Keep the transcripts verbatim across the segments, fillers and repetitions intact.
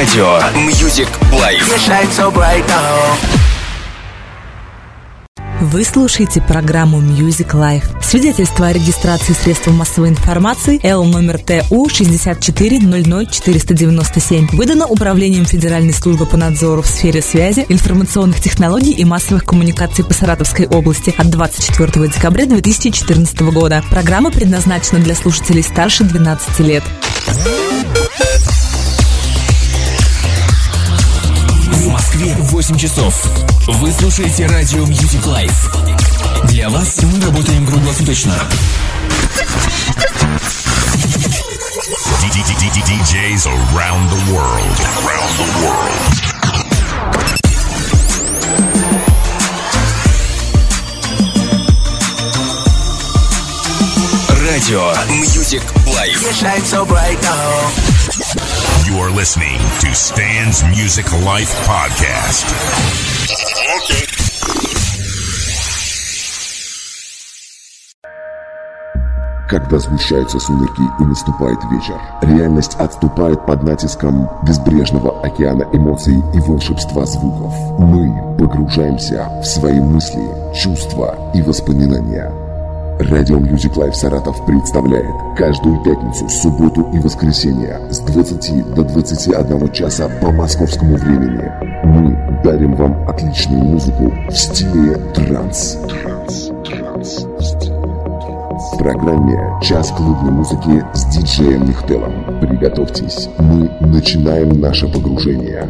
Радио Music Life. Вы слушаете программу Music Life. Свидетельство о регистрации средств массовой информации Л номер Т У шестьдесят четыре ноль ноль четыреста девяносто семь выдано Управлением Федеральной службы по надзору в сфере связи, информационных технологий и массовых коммуникаций по Саратовской области от двадцать четвёртого декабря две тысячи четырнадцатого года. Программа предназначена для слушателей старше двенадцати лет. В Москве восемь часов. Вы слушаете радио Music Life. Для вас мы работаем круглосуточно. ди джейс around the world. Around the world. Радио Music Life. You are listening to Stan's Music Life podcast. Okay. Когда сгущаются сумерки и наступает вечер, реальность отступает под натиском безбрежного океана эмоций и волшебства звуков. Мы погружаемся в свои мысли, чувства и воспоминания. Радио Music Life Саратов представляет каждую пятницу, субботу и воскресенье с двадцати до двадцати одного часа по московскому времени. Мы дарим вам отличную музыку в стиле транс. Транс, транс, в программе «Час клубной музыки» с диджеем Нихтелом. Приготовьтесь, мы начинаем наше погружение.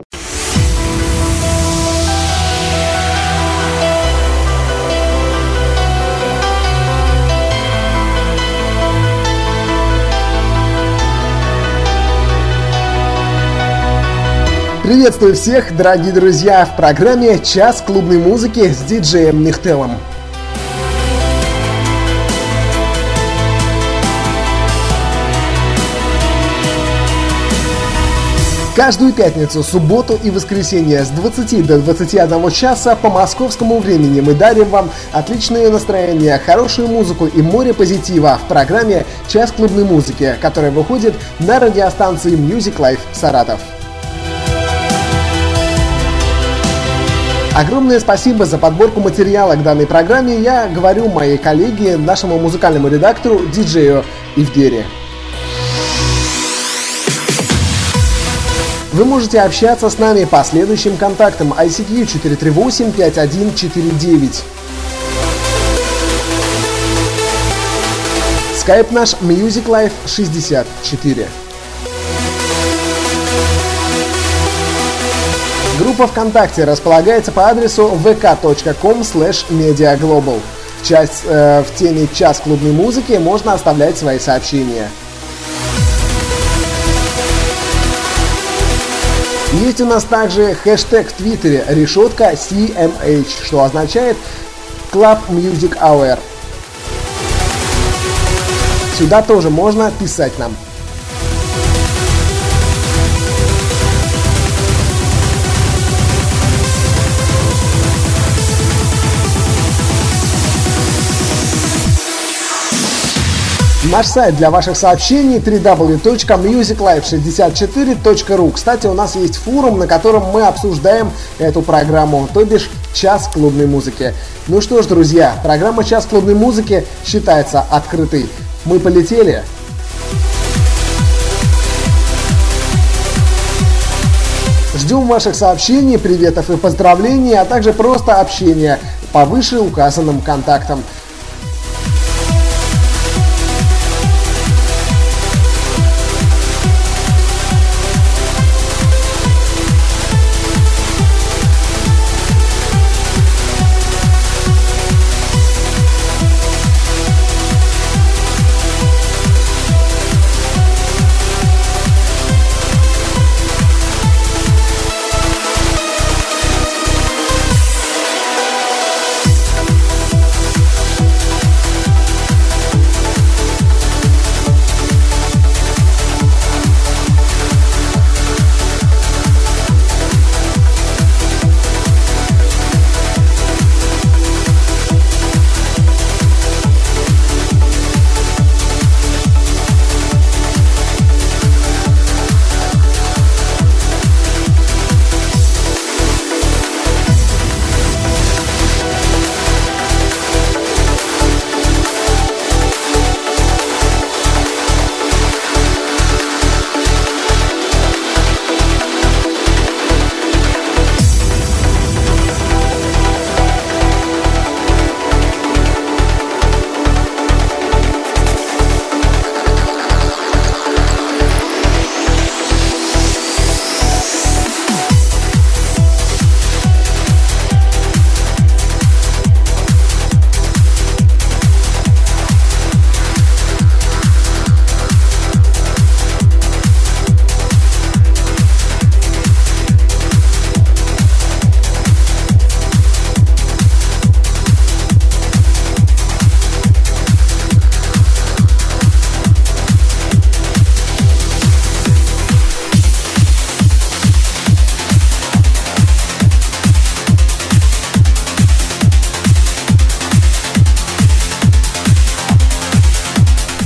Приветствую всех, дорогие друзья, в программе «Час клубной музыки» с диджеем Нихтелом. Каждую пятницу, субботу и воскресенье с двадцати до двадцати одного часа по московскому времени мы дарим вам отличное настроение, хорошую музыку и море позитива в программе «Час клубной музыки», которая выходит на радиостанции Music Life Саратов. Огромное спасибо за подборку материала к данной программе я говорю моей коллеге, нашему музыкальному редактору, диджею Ивдере. Вы можете общаться с нами по следующим контактам: ай си кью четыре три восемь пять один четыре девять, скайп наш Music Life шестьдесят четыре. Группа ВКонтакте располагается по адресу ви ка точка ком слэш медиаглобал. В, часть, э, в теме «Час клубной музыки» можно оставлять свои сообщения. Есть у нас также хэштег в Твиттере решетка си эм эйч, что означает Club Music Hour. Сюда тоже можно писать нам. Наш сайт для ваших сообщений дабл ю дабл ю дабл ю точка мьюзик лайф шестьдесят четыре точка ру. Кстати, у нас есть форум, на котором мы обсуждаем эту программу, то бишь «Час клубной музыки». Ну что ж, друзья, программа «Час клубной музыки» считается открытой. Мы полетели! Ждем ваших сообщений, приветов и поздравлений, а также просто общения по вышеуказанным контактам.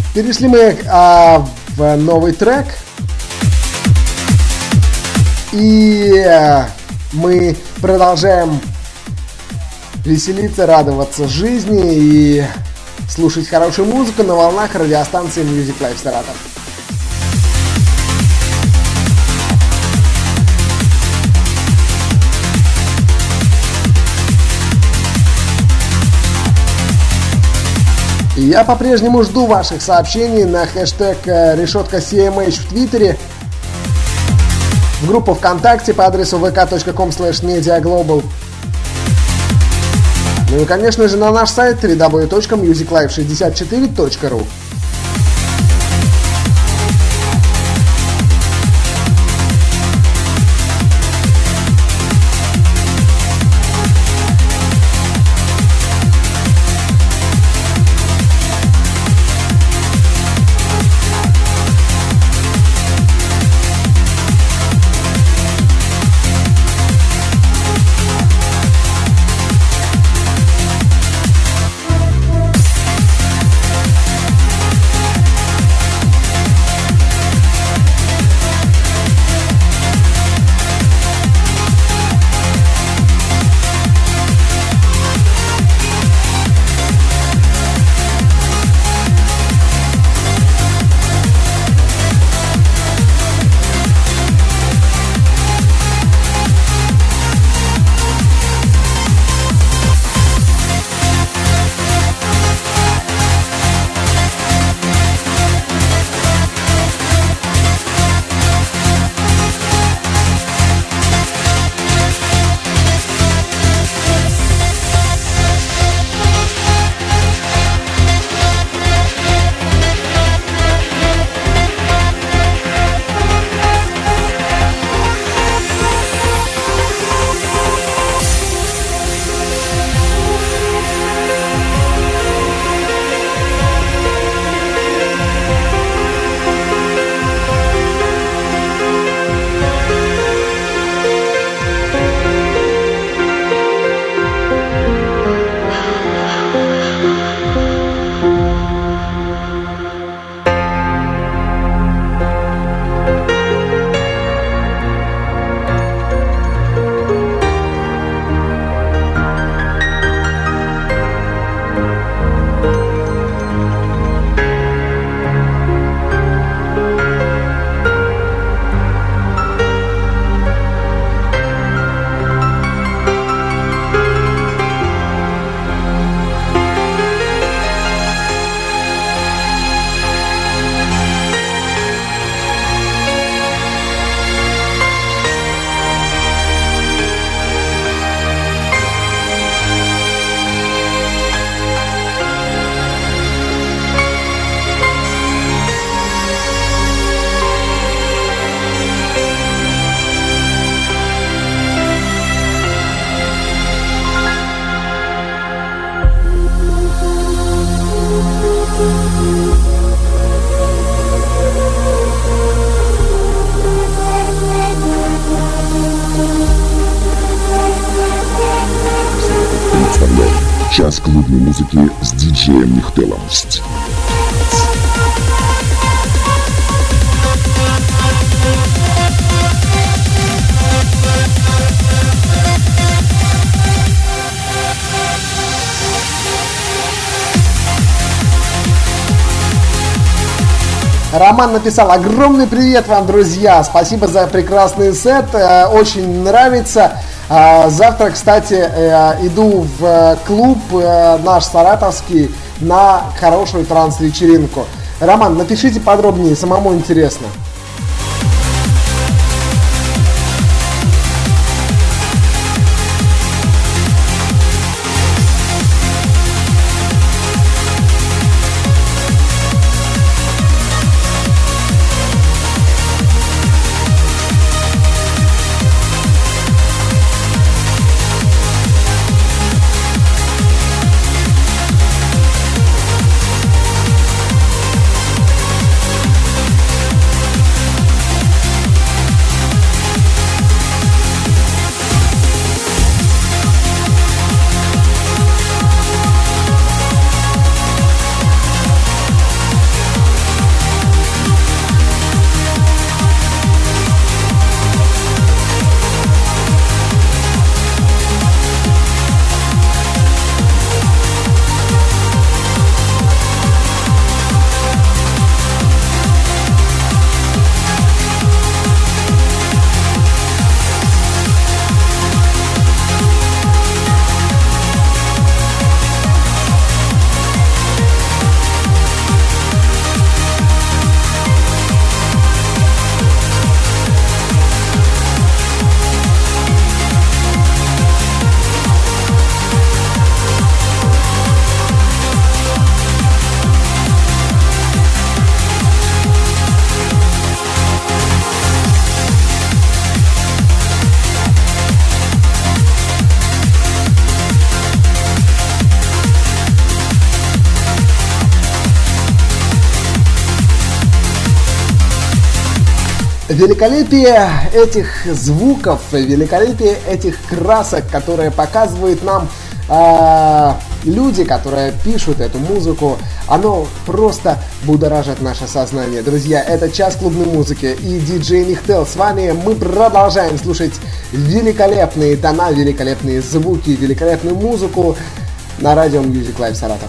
Перешли мы а, в новый трек. И а, мы продолжаем веселиться, радоваться жизни и слушать хорошую музыку на волнах радиостанции Music Life Саратов. Я по-прежнему жду ваших сообщений на хэштег решетка си эм эйч в Твиттере, в группу ВКонтакте по адресу ви ка точка ком слэш медиаглобал. Ну и, конечно же, на наш сайт дабл ю дабл ю дабл ю точка мьюзик лайф шестьдесят четыре точка ру. Час клубной музыки с диджеем Нихтелом. Роман написал: огромный привет вам, друзья, спасибо за прекрасный сет, очень нравится. Завтра, кстати, иду в клуб наш саратовский на хорошую транс-вечеринку. Роман, напишите подробнее, самому интересно. Великолепие этих звуков, великолепие этих красок, которые показывают нам э, люди, которые пишут эту музыку, оно просто будоражит наше сознание. Друзья, это час клубной музыки и диджей Нихтел. С вами мы продолжаем слушать великолепные тона, великолепные звуки, великолепную музыку на радио Music Live Саратов.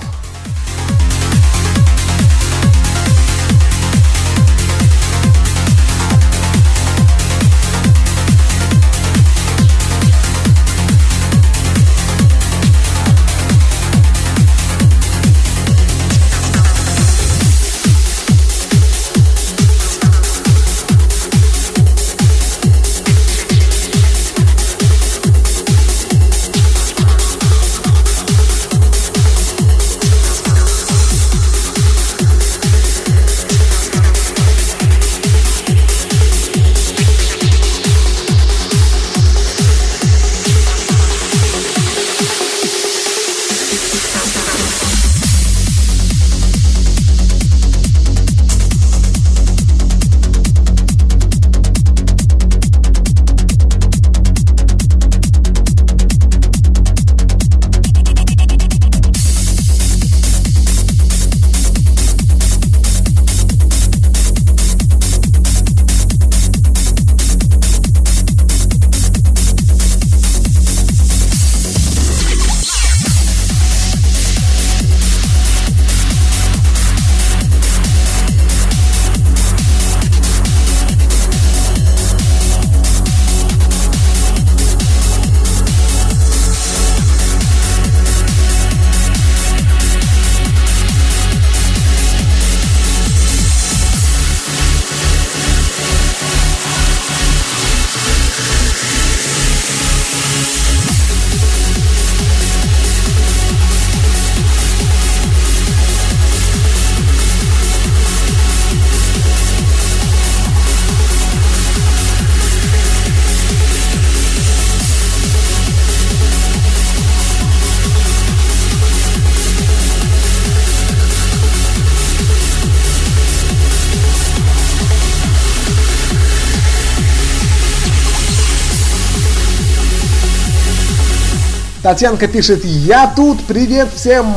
Татьянка пишет: я тут, привет всем!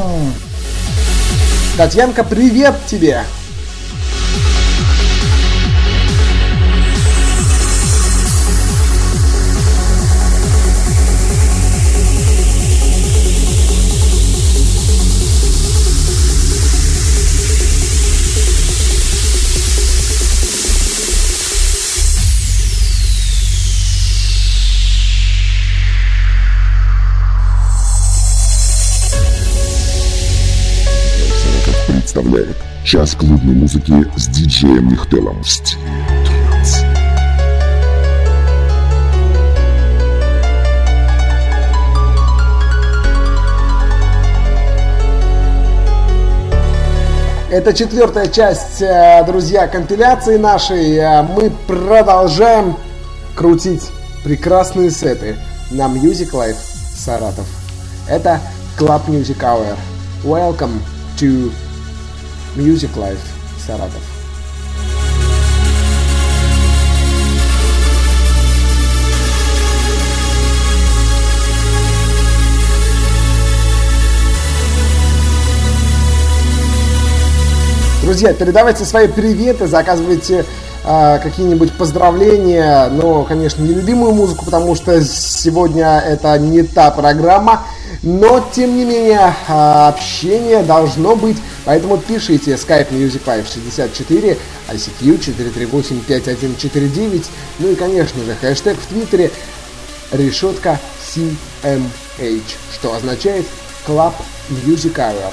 Татьянка, привет тебе! Представляет час клубной музыки с диджеем Нихтелом в стиле транс. Это четвертая часть, друзья, компиляции нашей. Мы продолжаем крутить прекрасные сеты на Music Live Саратов. Это Club Music Hour. Welcome to Music Live Саратов. Друзья, передавайте свои приветы, заказывайте э, какие-нибудь поздравления, но, конечно, не любимую музыку, потому что сегодня это не та программа, но, тем не менее, э, общение должно быть, поэтому пишите Skype Music Live шестьдесят четыре, ай си кью четыре три восемь пять один четыре девять, ну и, конечно же, хэштег в Твиттере решетка си эм эйч, что означает Club Music Hour.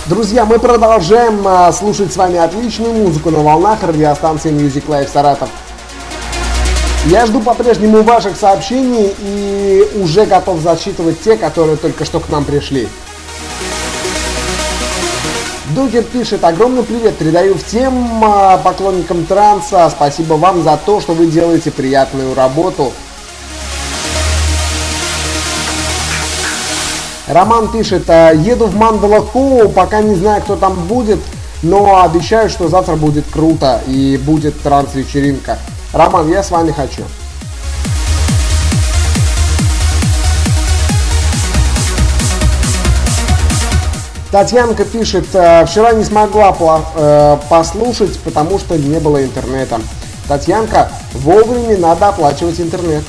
Друзья, мы продолжаем а, слушать с вами отличную музыку на волнах радиостанции Music Life Саратов. Я жду по-прежнему ваших сообщений и уже готов зачитывать те, которые только что к нам пришли. Дукер пишет: огромный привет передаю всем а, поклонникам транса. Спасибо вам за то, что вы делаете приятную работу. Роман пишет: еду в Мандала Хоу, пока не знаю, кто там будет, но обещаю, что завтра будет круто и будет транс-вечеринка. Роман, я с вами хочу. Татьянка пишет: вчера не смогла послушать, потому что не было интернета. Татьянка, вовремя надо оплачивать интернет.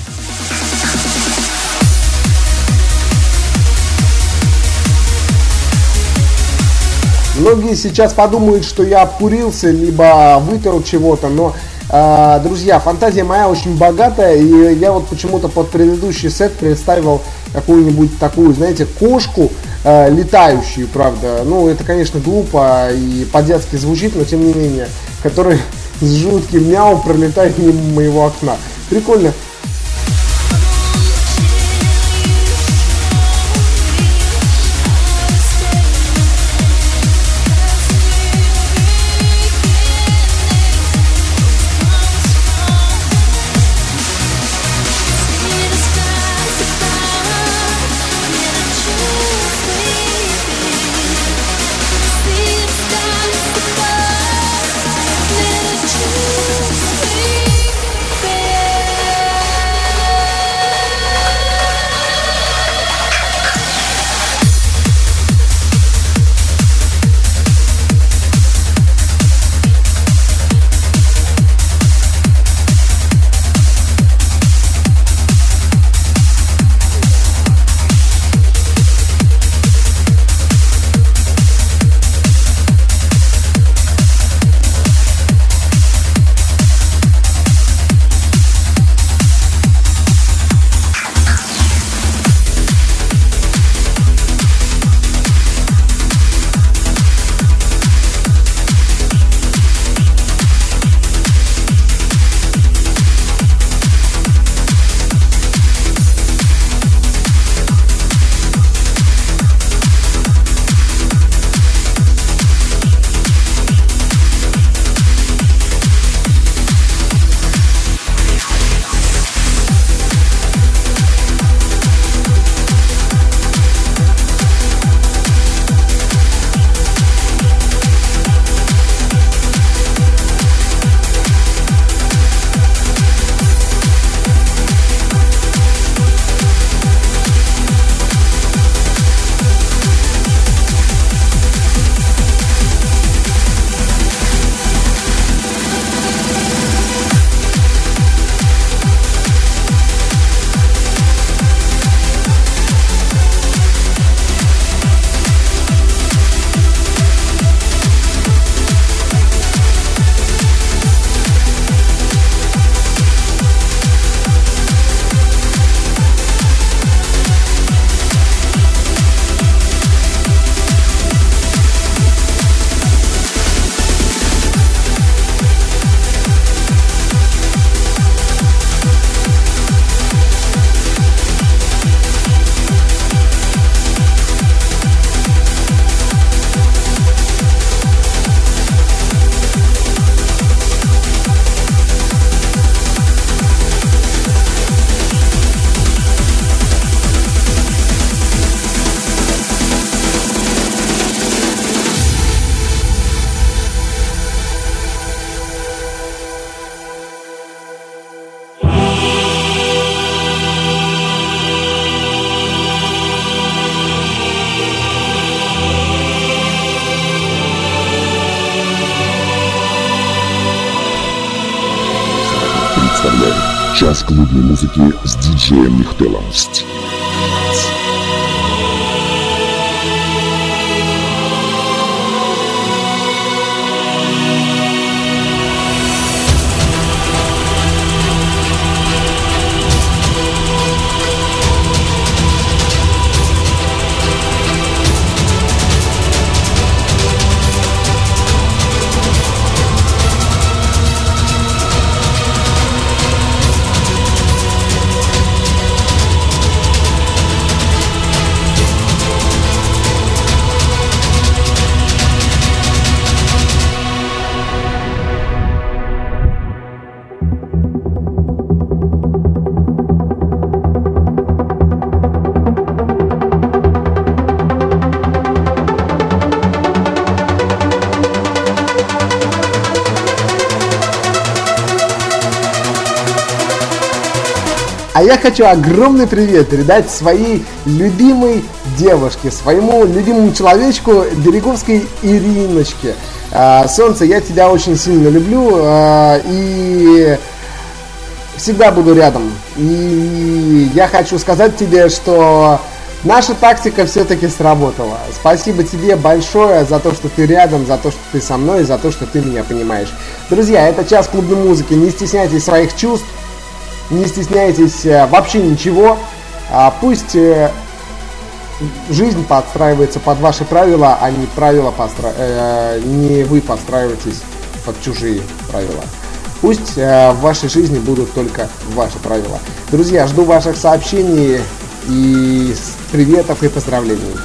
Многие сейчас подумают, что я обкурился, либо выпил чего-то, но, э, друзья, фантазия моя очень богатая, и я вот почему-то под предыдущий сет представил какую-нибудь такую, знаете, кошку э, летающую, правда. Ну, это, конечно, глупо и по-детски звучит, но тем не менее, которая с жутким мяу пролетает мимо моего окна. Прикольно. Час клубной музыки с диджеем Нихтелом. я хочу огромный привет передать своей любимой девушке, своему любимому человечку, Береговской Ириночке. Солнце, я тебя очень сильно люблю и всегда буду рядом. И я хочу сказать тебе, что наша тактика все-таки сработала. Спасибо тебе большое за то, что ты рядом, за то, что ты со мной, за то, что ты меня понимаешь. Друзья, это час клубной музыки. Не стесняйтесь своих чувств, не стесняйтесь вообще ничего. Пусть жизнь подстраивается под ваши правила, а не правила подстра... э, не вы подстраиваетесь под чужие правила. Пусть э, в вашей жизни будут только ваши правила. Друзья, жду ваших сообщений и приветов и поздравлений.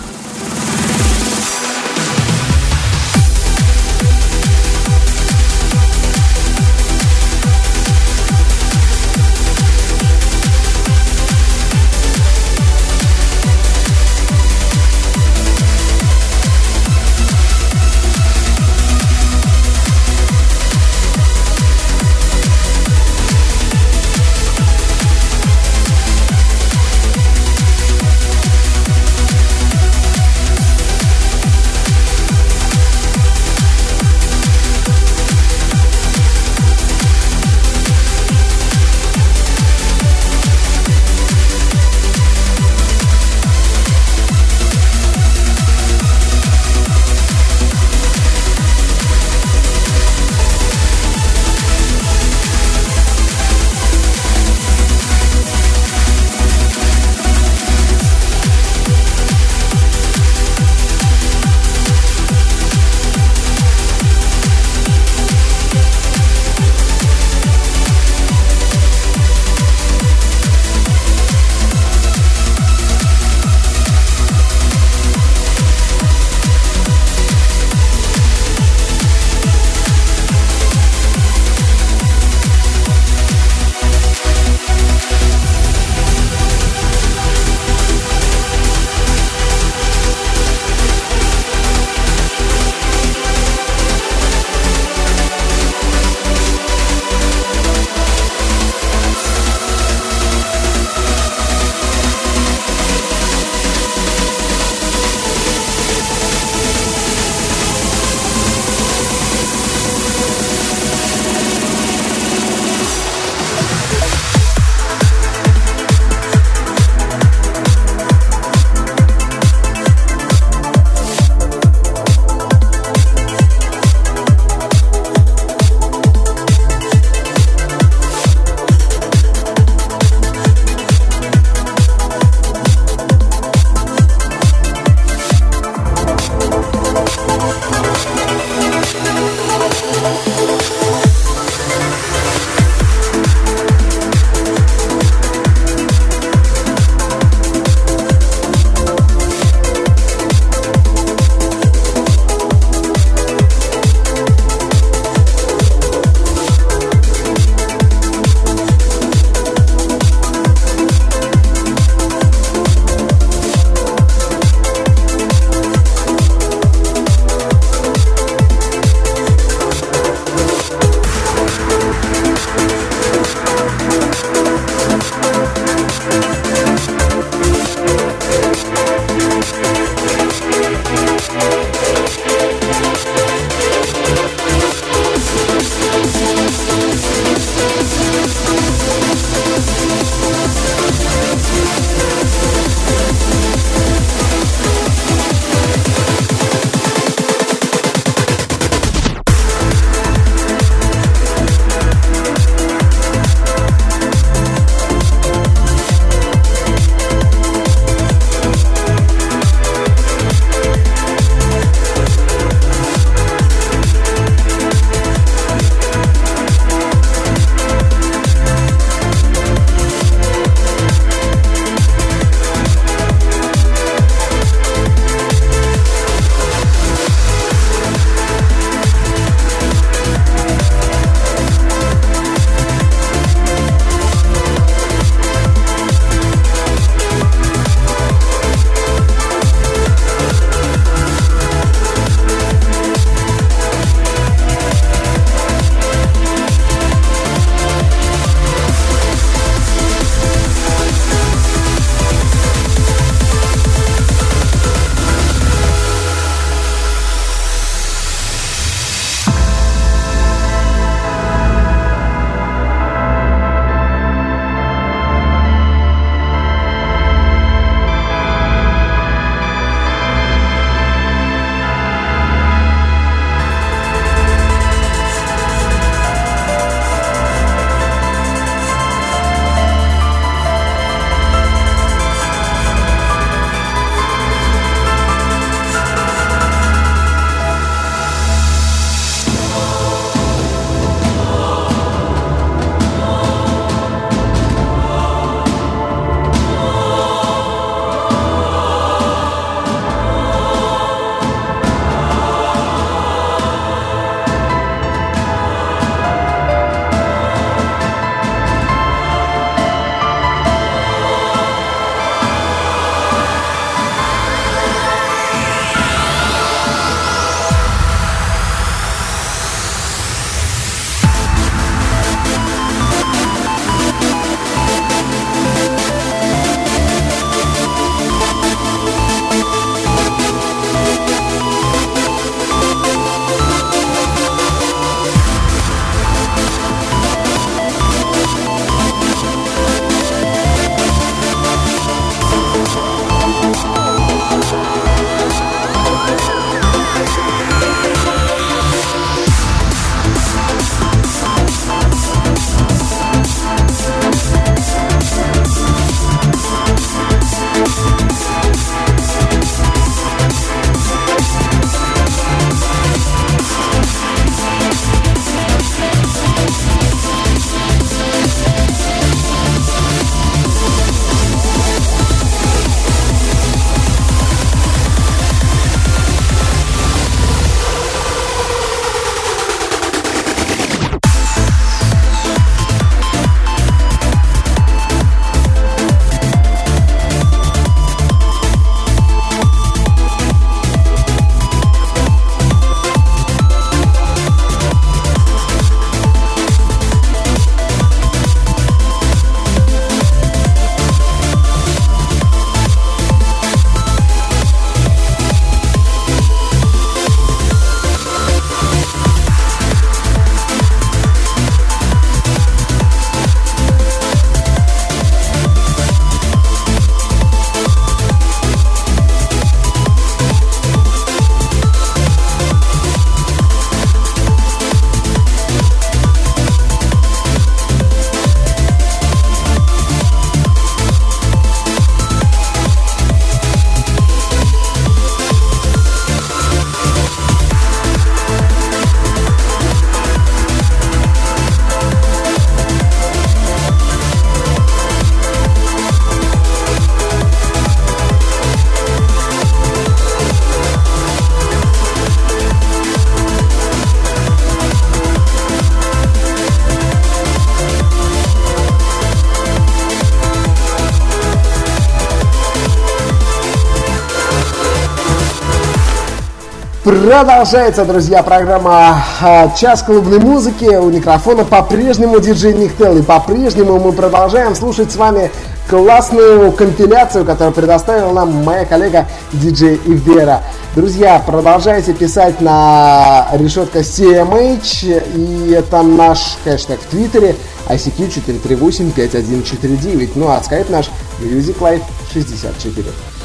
Продолжается, друзья, программа «Час клубной музыки». У микрофона по-прежнему диджей Нихтел. И по-прежнему мы продолжаем слушать с вами классную компиляцию, которую предоставила нам моя коллега диджей Ивдера. Друзья, продолжайте писать на решетка си эм эйч, и это наш хэштег в Твиттере ай си кью четыре три восемь пять один четыре девять. Ну а скайп наш Music Life шестьдесят четыре.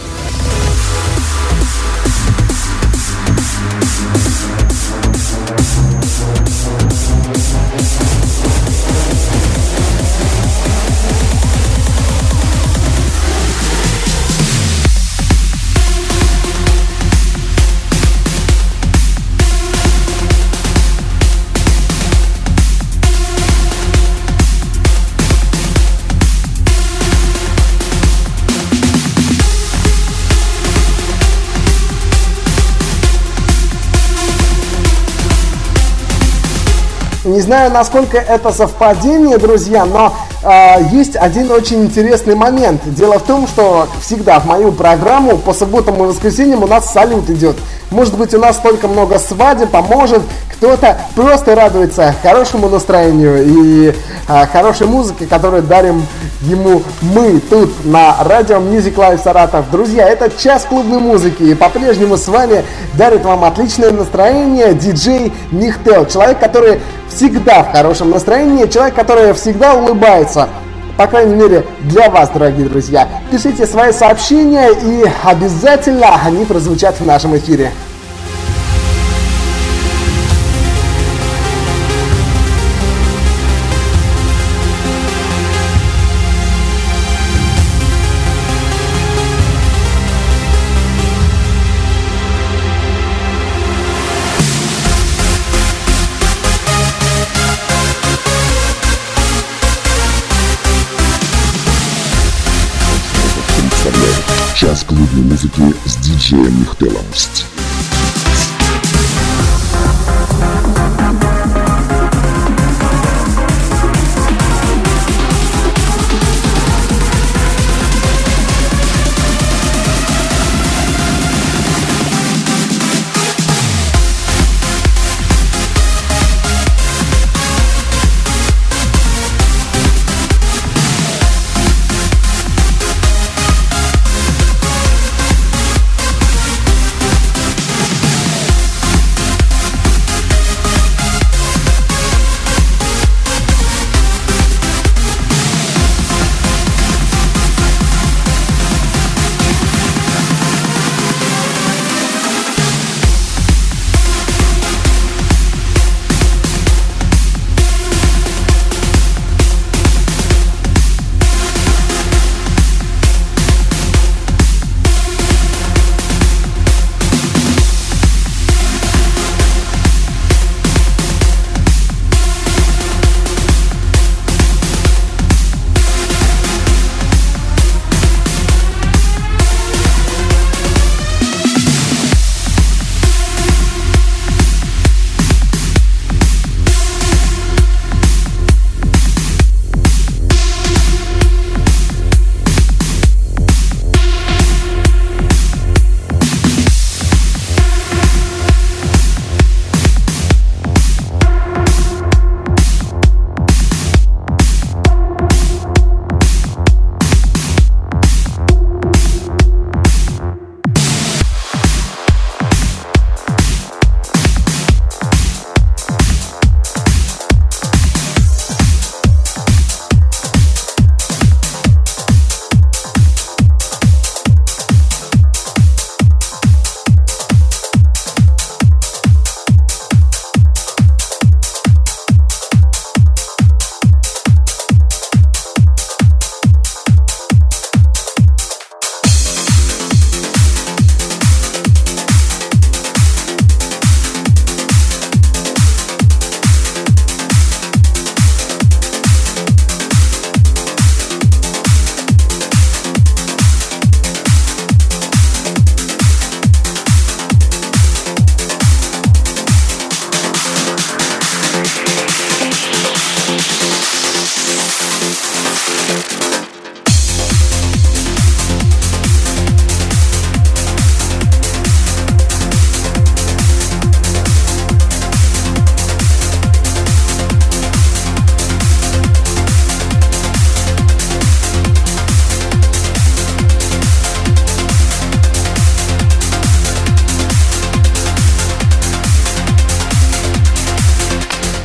Не знаю, насколько это совпадение, друзья, но э, есть один очень интересный момент. Дело в том, что всегда в мою программу по субботам и воскресеньям у нас салют идет. Может быть, у нас столько много свадеб, а может, кто-то просто радуется хорошему настроению и э, хорошей музыке, которую дарим ему мы тут на радио Music Live Саратов. Друзья, это час клубной музыки, и по-прежнему с вами дарит вам отличное настроение диджей Нихтел. Человек, который всегда в хорошем настроении, человек, который всегда улыбается. По крайней мере, для вас, дорогие друзья. Пишите свои сообщения, и обязательно они прозвучат в нашем эфире. Час клубной музыки с диджеем Нихтелом.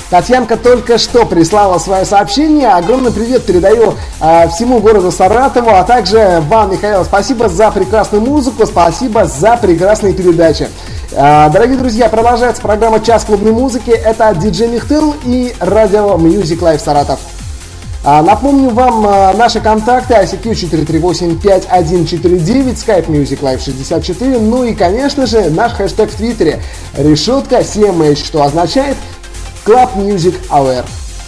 Татьянка только что прислала свое сообщение. Огромный привет передаю э, всему городу Саратову, а также вам, Михаил, спасибо за прекрасную музыку, спасибо за прекрасные передачи. Э, дорогие друзья, продолжается программа «Час клубной музыки». Это диджей Михтел и радио Music Life Саратов. Напомню вам наши контакты: ай си кью четыре три восемь пять один четыре девять, Skype Music Life шестьдесят четыре, ну и, конечно же, наш хэштег в Твиттере решетка си эм эйч, что означает Club Music Hour.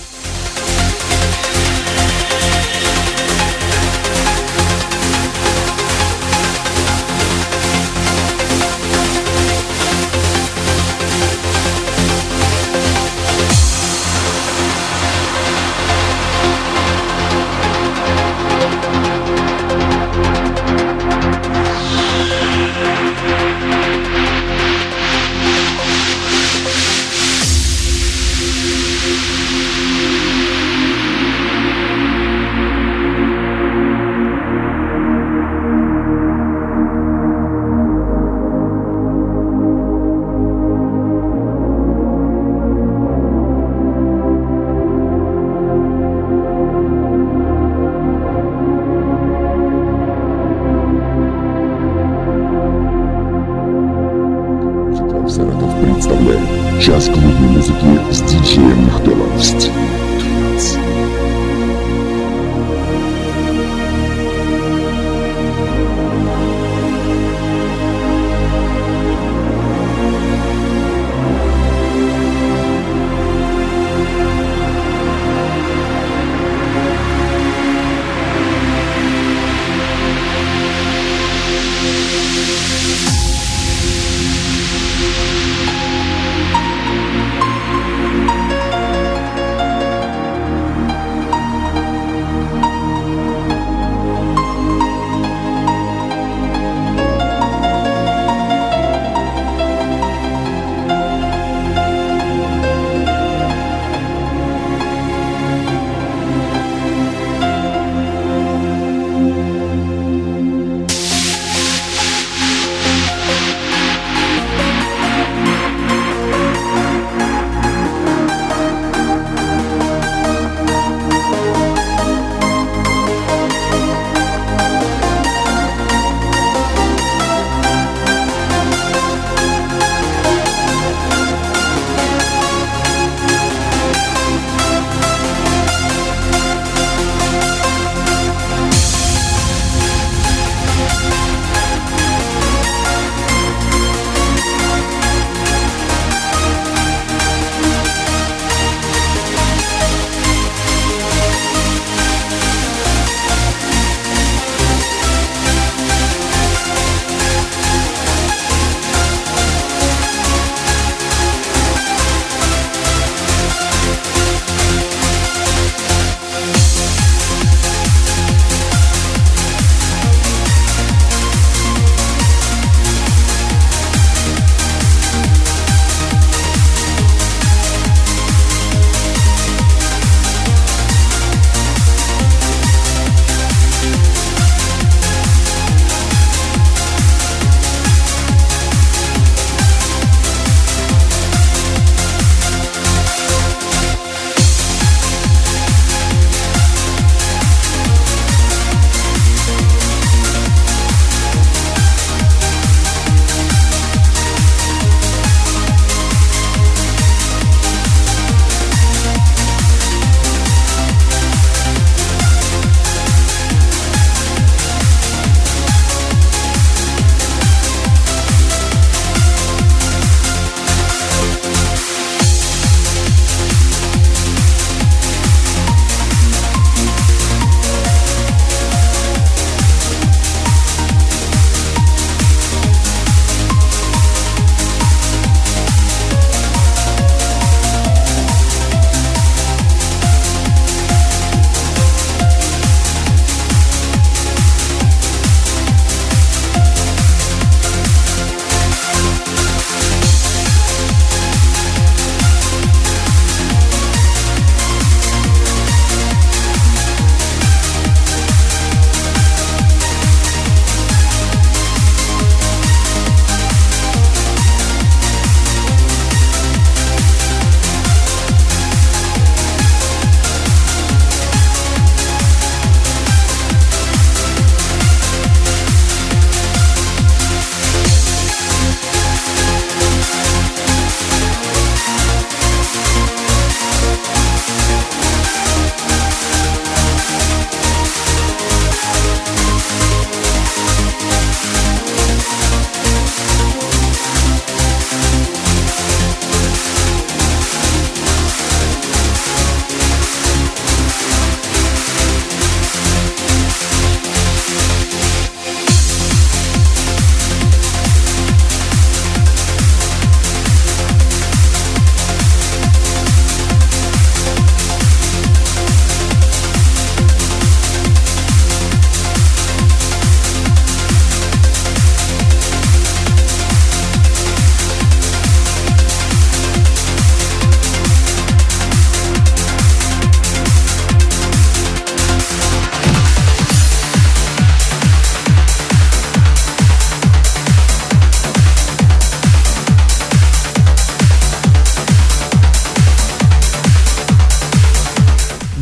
Саратов представляет час клубной музыки с диджеем Михтелом в стиле транс.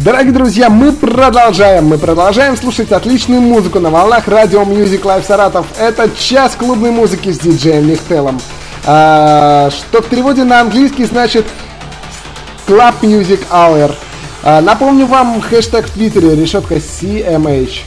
Дорогие друзья, мы продолжаем, мы продолжаем слушать отличную музыку на волнах радио Music Live Саратов. Это час клубной музыки с диджеем Нихтелом. А, что в переводе на английский значит Club Music Hour. А, напомню вам хэштег в Твиттере решетка си эм эйч.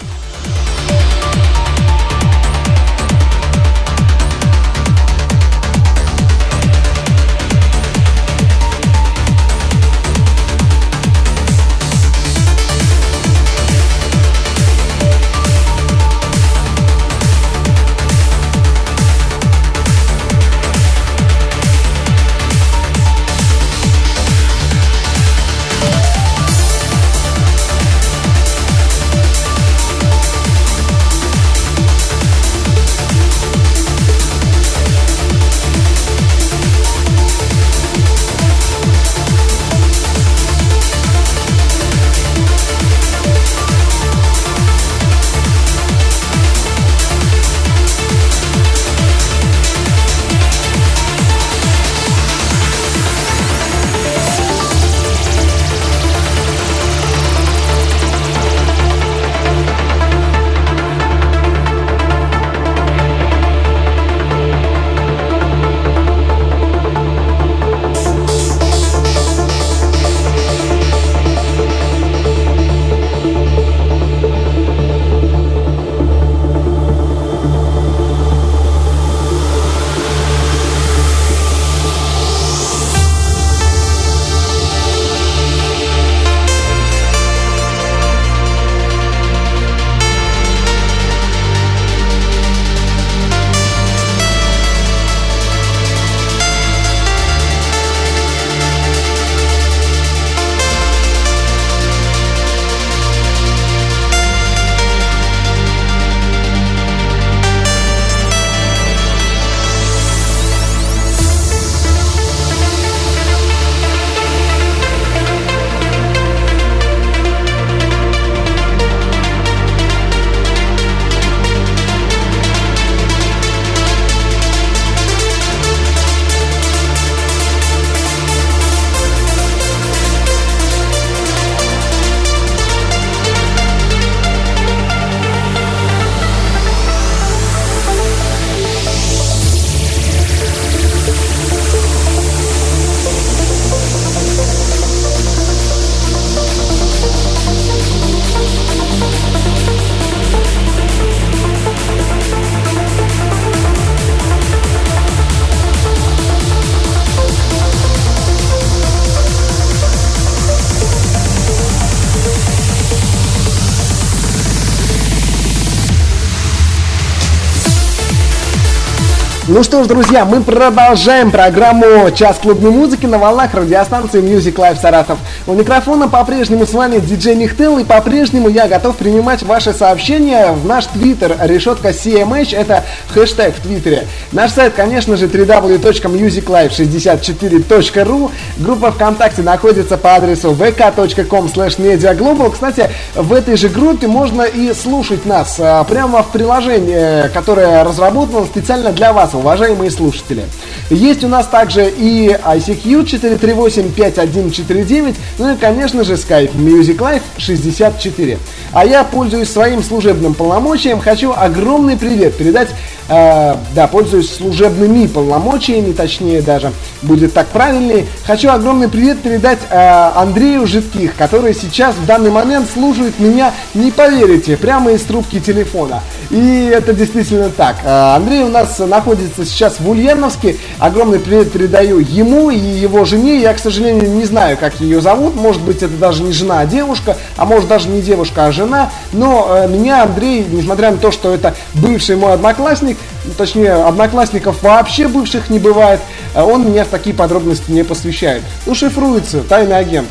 Ну что ж, друзья, мы продолжаем программу «Час клубной музыки» на волнах радиостанции Music Live Саратов. У микрофона по-прежнему с вами диджей Нихтел, и по-прежнему я готов принимать ваши сообщения в наш твиттер, решетка си эм эйч, это хэштег в твиттере. Наш сайт, конечно же, дабл ю дабл ю дабл ю точка мьюзик лайв шестьдесят четыре точка ру. Группа ВКонтакте находится по адресу ви ка точка ком слэш медиаглобал. Кстати, в этой же группе можно и слушать нас а, прямо в приложении, которое разработано специально для вас, уважаемые слушатели. Есть у нас также и ай си кью четыре три восемь пять один четыре девять, ну и, конечно же, Skype Music Live шестьдесят четыре. А я, пользуюсь своим служебным полномочием, хочу огромный привет передать, э, да, пользуюсь служебными полномочиями, точнее даже будет так правильнее. Хочу огромный привет передать э, Андрею Житких, который сейчас в данный момент слушает меня, не поверите, прямо из трубки телефона. И это действительно так. Э, Андрей у нас находится сейчас в Ульяновске. Огромный привет передаю ему и его жене. Я, к сожалению, не знаю, как ее зовут. Может быть, это даже не жена, а девушка. А может, даже не девушка, а жена. Но э, меня Андрей, несмотря на то, что это бывший мой одноклассник, точнее, одноклассников вообще бывших не бывает, э, он меня в такие подробности не посвящает. Ну, шифруется, тайный агент.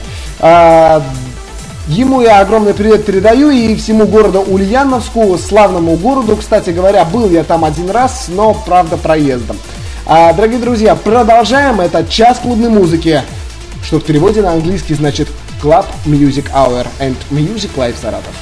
А, Ему я огромный привет передаю и всему городу Ульяновску, славному городу. Кстати говоря, был я там один раз, но, правда, проездом. А, дорогие друзья, продолжаем. Это час клубной музыки, что в переводе на английский значит Club Music Hour and Music Live Саратов.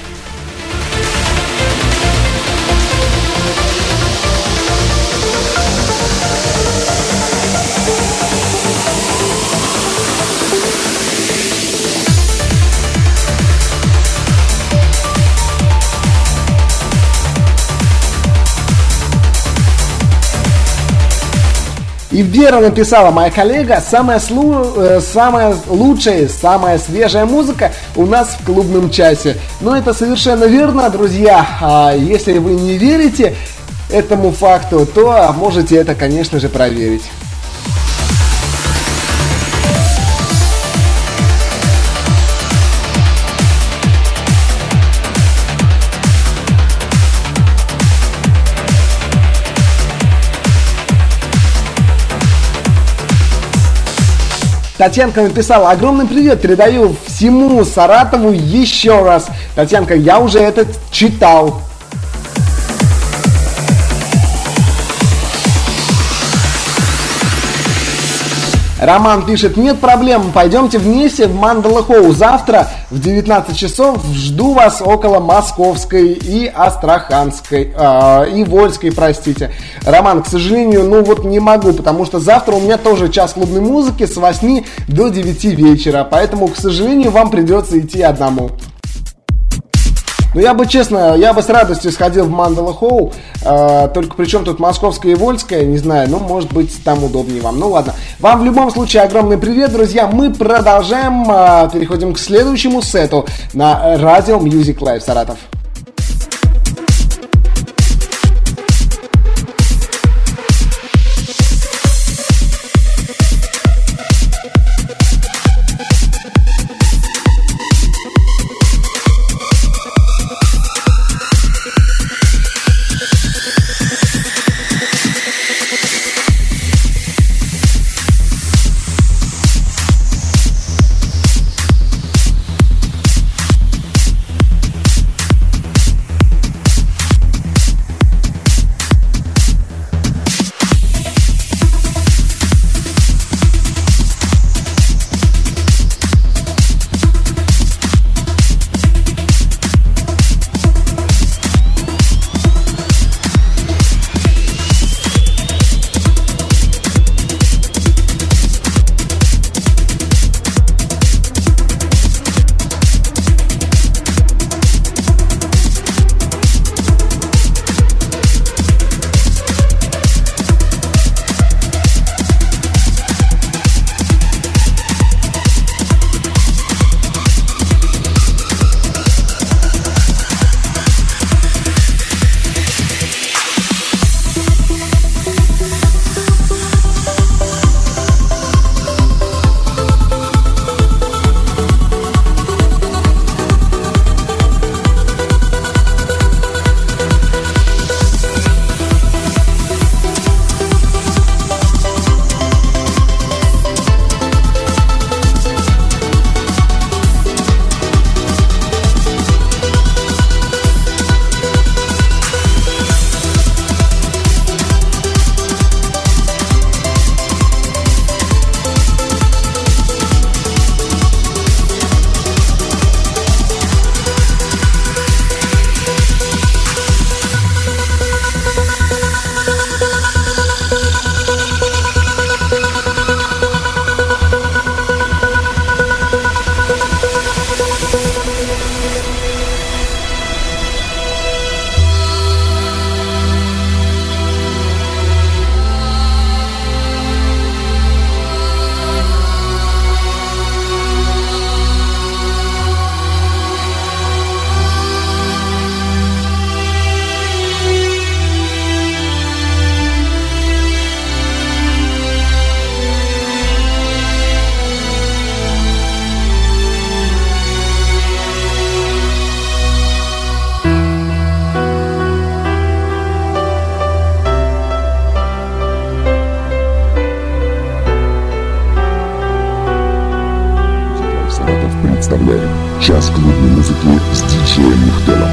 И Вера написала, моя коллега, самая, слу... самая лучшая, самая свежая музыка у нас в клубном часе. Но это совершенно верно, друзья. А если вы не верите этому факту, то можете это, конечно же, проверить. Татьянка написала, огромный привет, передаю всему Саратову еще раз. Татьянка, я уже это читал. Роман пишет, нет проблем, пойдемте вместе в Мандала Хоу. Завтра в девятнадцать часов жду вас около Московской и Астраханской, э, и Вольской, простите. Роман, к сожалению, ну вот не могу, потому что завтра у меня тоже час клубной музыки с восьми до девяти вечера, поэтому, к сожалению, вам придется идти одному. Ну, я бы, честно, я бы с радостью сходил в Мандала Хоу, э, только причем тут Московская и Вольская, не знаю, ну, может быть, там удобнее вам. Ну, ладно. Вам в любом случае огромный привет, друзья. Мы продолжаем, э, переходим к следующему сету на радио Music Live Саратов. представляем час клубной музыки с диджеем Мухтелом.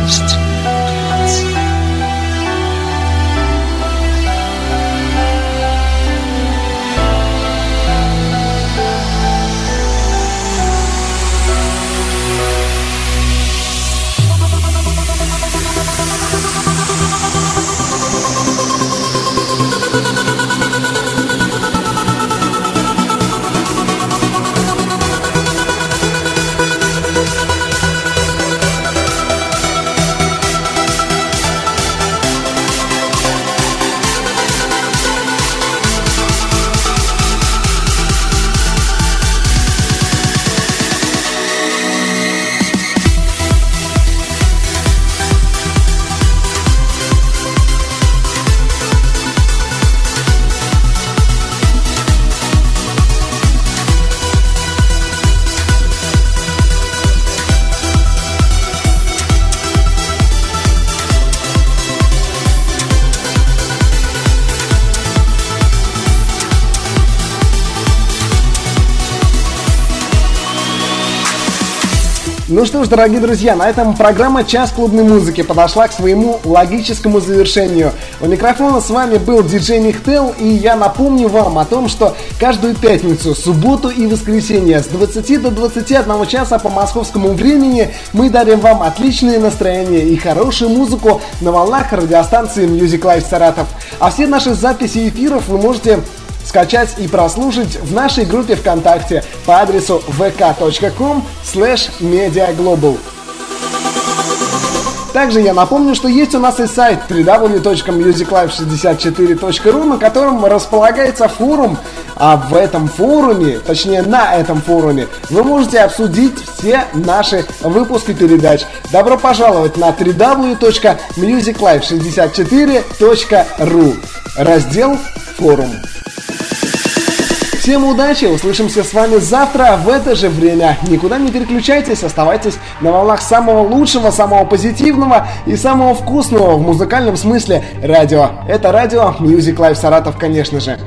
Ну что ж, дорогие друзья, на этом программа «Час клубной музыки» подошла к своему логическому завершению. У микрофона с вами был диджей Михтел, и я напомню вам о том, что каждую пятницу, субботу и воскресенье с двадцати до двадцати одного часа по московскому времени мы дарим вам отличное настроение и хорошую музыку на волнах радиостанции Music Life Саратов. А все наши записи эфиров вы можете скачать и прослушать в нашей группе ВКонтакте по адресу ви ка точка ком слэш медиаглобал. Также я напомню, что есть у нас и сайт дабл ю дабл ю дабл ю точка мьюзик лайф шестьдесят четыре точка ру, на котором располагается форум, а в этом форуме, точнее на этом форуме, вы можете обсудить все наши выпуски передач. Добро пожаловать на дабл ю дабл ю дабл ю точка мьюзик лайф шестьдесят четыре точка ру, раздел «Форум». Всем удачи, услышимся с вами завтра в это же время. Никуда не переключайтесь, оставайтесь на волнах самого лучшего, самого позитивного и самого вкусного в музыкальном смысле радио. Это радио Music Life Саратов, конечно же.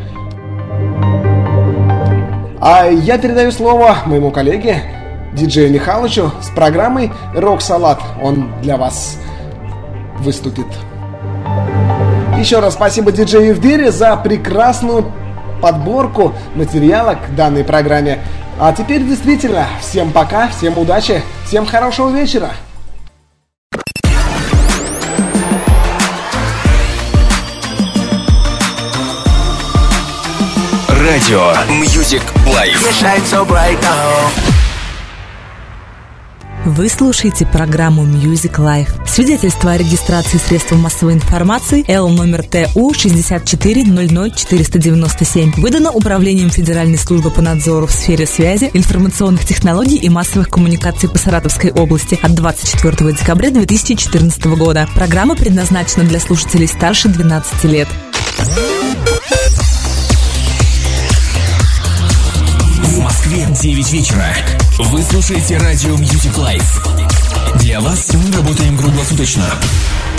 А я передаю слово моему коллеге, диджею Михалычу, с программой «Рок-салат». Он для вас выступит. Еще раз спасибо диджею Евдере за прекрасную подборку материала к данной программе. А теперь действительно, всем пока, всем удачи, всем хорошего вечера. Радио Music Life. Вы слушаете программу Music Life. Свидетельство о регистрации средств массовой информации Л номер Т У шестьдесят четыре ноль ноль четыреста девяносто семь. Выдано Управлением Федеральной службы по надзору в сфере связи, информационных технологий и массовых коммуникаций по Саратовской области от двадцать четвёртого декабря две тысячи четырнадцатого года. Программа предназначена для слушателей старше двенадцати лет. В Москве девять вечера. Вы слушаете радио Music Life. Для вас мы работаем круглосуточно.